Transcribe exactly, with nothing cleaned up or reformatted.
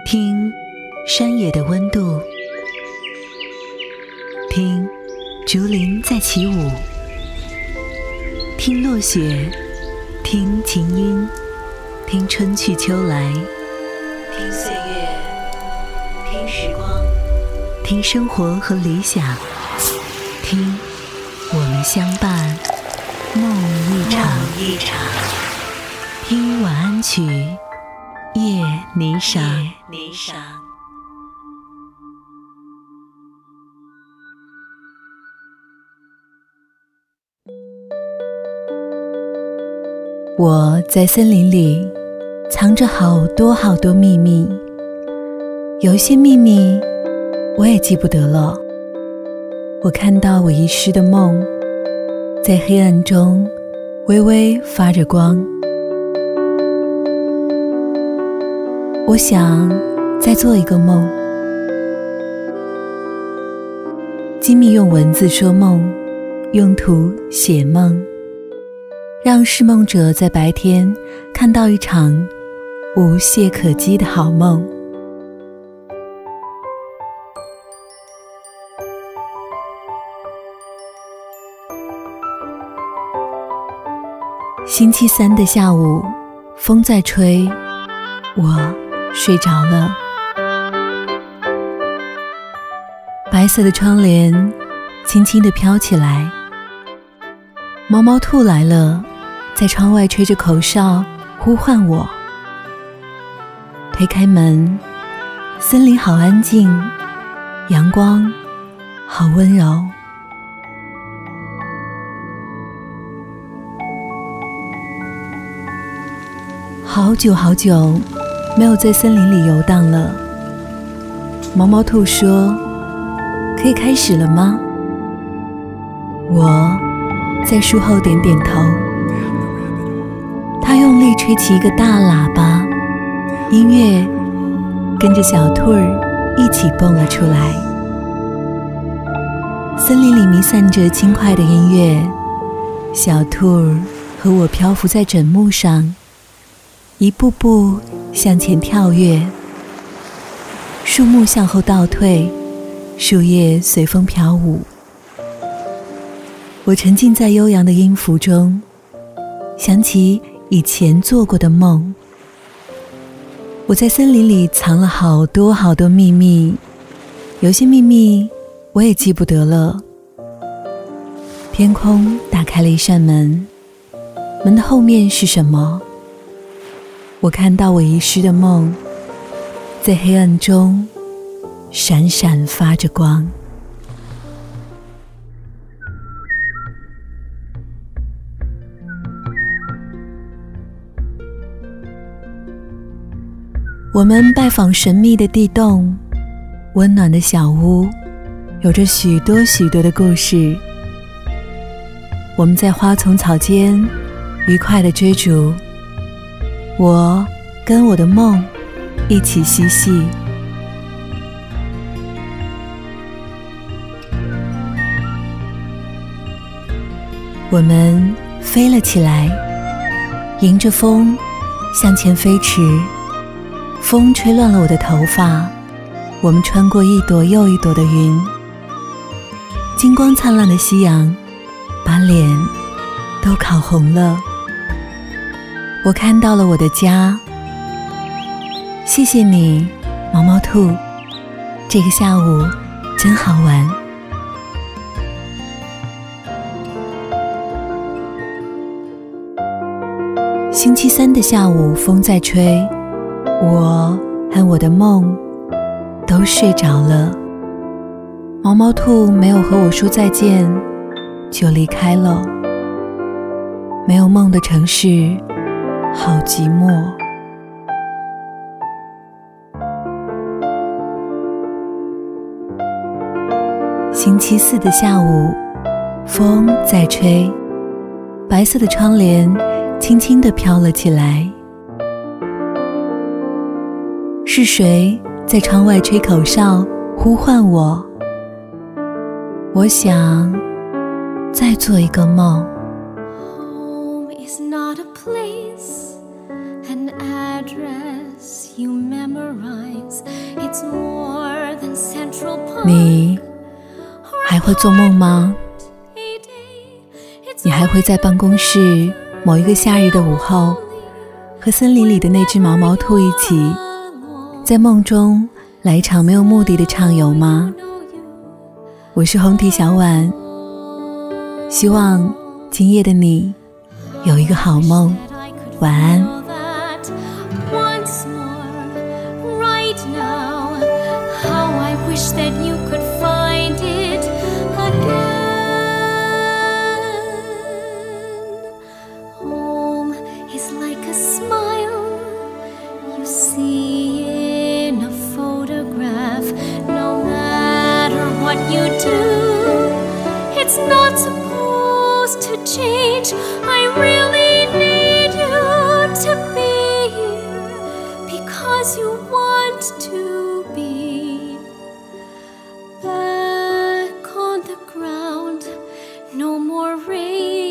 听山野的温度，听竹林在起舞，听落雪，听琴音，听春去秋来，听岁月，听时光，听生活和理想，听我们相伴梦一场一场，听晚安曲，夜霓裳。霓裳。我在森林里藏着好多好多秘密，有一些秘密我也记不得了。我看到我遗失的梦，在黑暗中微微发着光。我想再做一个梦。金密用文字说梦，用图写梦，让释梦者在白天看到一场无懈可击的好梦。星期三的下午，风在吹，我睡着了。白色的窗帘轻轻地飘起来，毛毛兔来了，在窗外吹着口哨呼唤我。推开门，森林好安静，阳光好温柔。好久好久没有在森林里游荡了。毛毛兔说：“可以开始了吗？”我在树后点点头。他用力吹起一个大喇叭，音乐跟着小兔儿一起蹦了出来。森林里弥散着轻快的音乐，小兔儿和我漂浮在枕木上，一步步向前跳跃，树木向后倒退，树叶随风飘舞。我沉浸在悠扬的音符中，想起以前做过的梦。我在森林里藏了好多好多秘密，有些秘密我也记不得了。天空打开了一扇门，门的后面是什么？我看到我遗失的梦，在黑暗中闪闪发着光。我们拜访神秘的地洞，温暖的小屋，有着许多许多的故事。我们在花丛草间愉快地追逐，我跟我的梦一起嬉戏。我们飞了起来，迎着风向前飞驰。风吹乱了我的头发，我们穿过一朵又一朵的云。金光灿烂的夕阳把脸都烤红了。我看到了我的家。谢谢你，毛毛兔，这个下午真好玩。星期三的下午，风在吹，我和我的梦都睡着了。毛毛兔没有和我说再见，就离开了。没有梦的城市，好寂寞。星期四的下午，风在吹，白色的窗帘轻轻地飘了起来。是谁在窗外吹口哨呼唤我？我想再做一个梦。 Home is not a place, an address 你还会做梦吗？你还会在办公室某一个夏日的午后，和森林里的那只毛毛兔一起，在梦中来一场没有目的的畅游吗？我是红提小婉，希望今夜的你有一个好梦，晚安。 That you could find it again. Home is like a smile you see in a photograph. No matter what you do, it's not supposed to change. I really need you to be here because you want to be. Back on the ground, no more rain.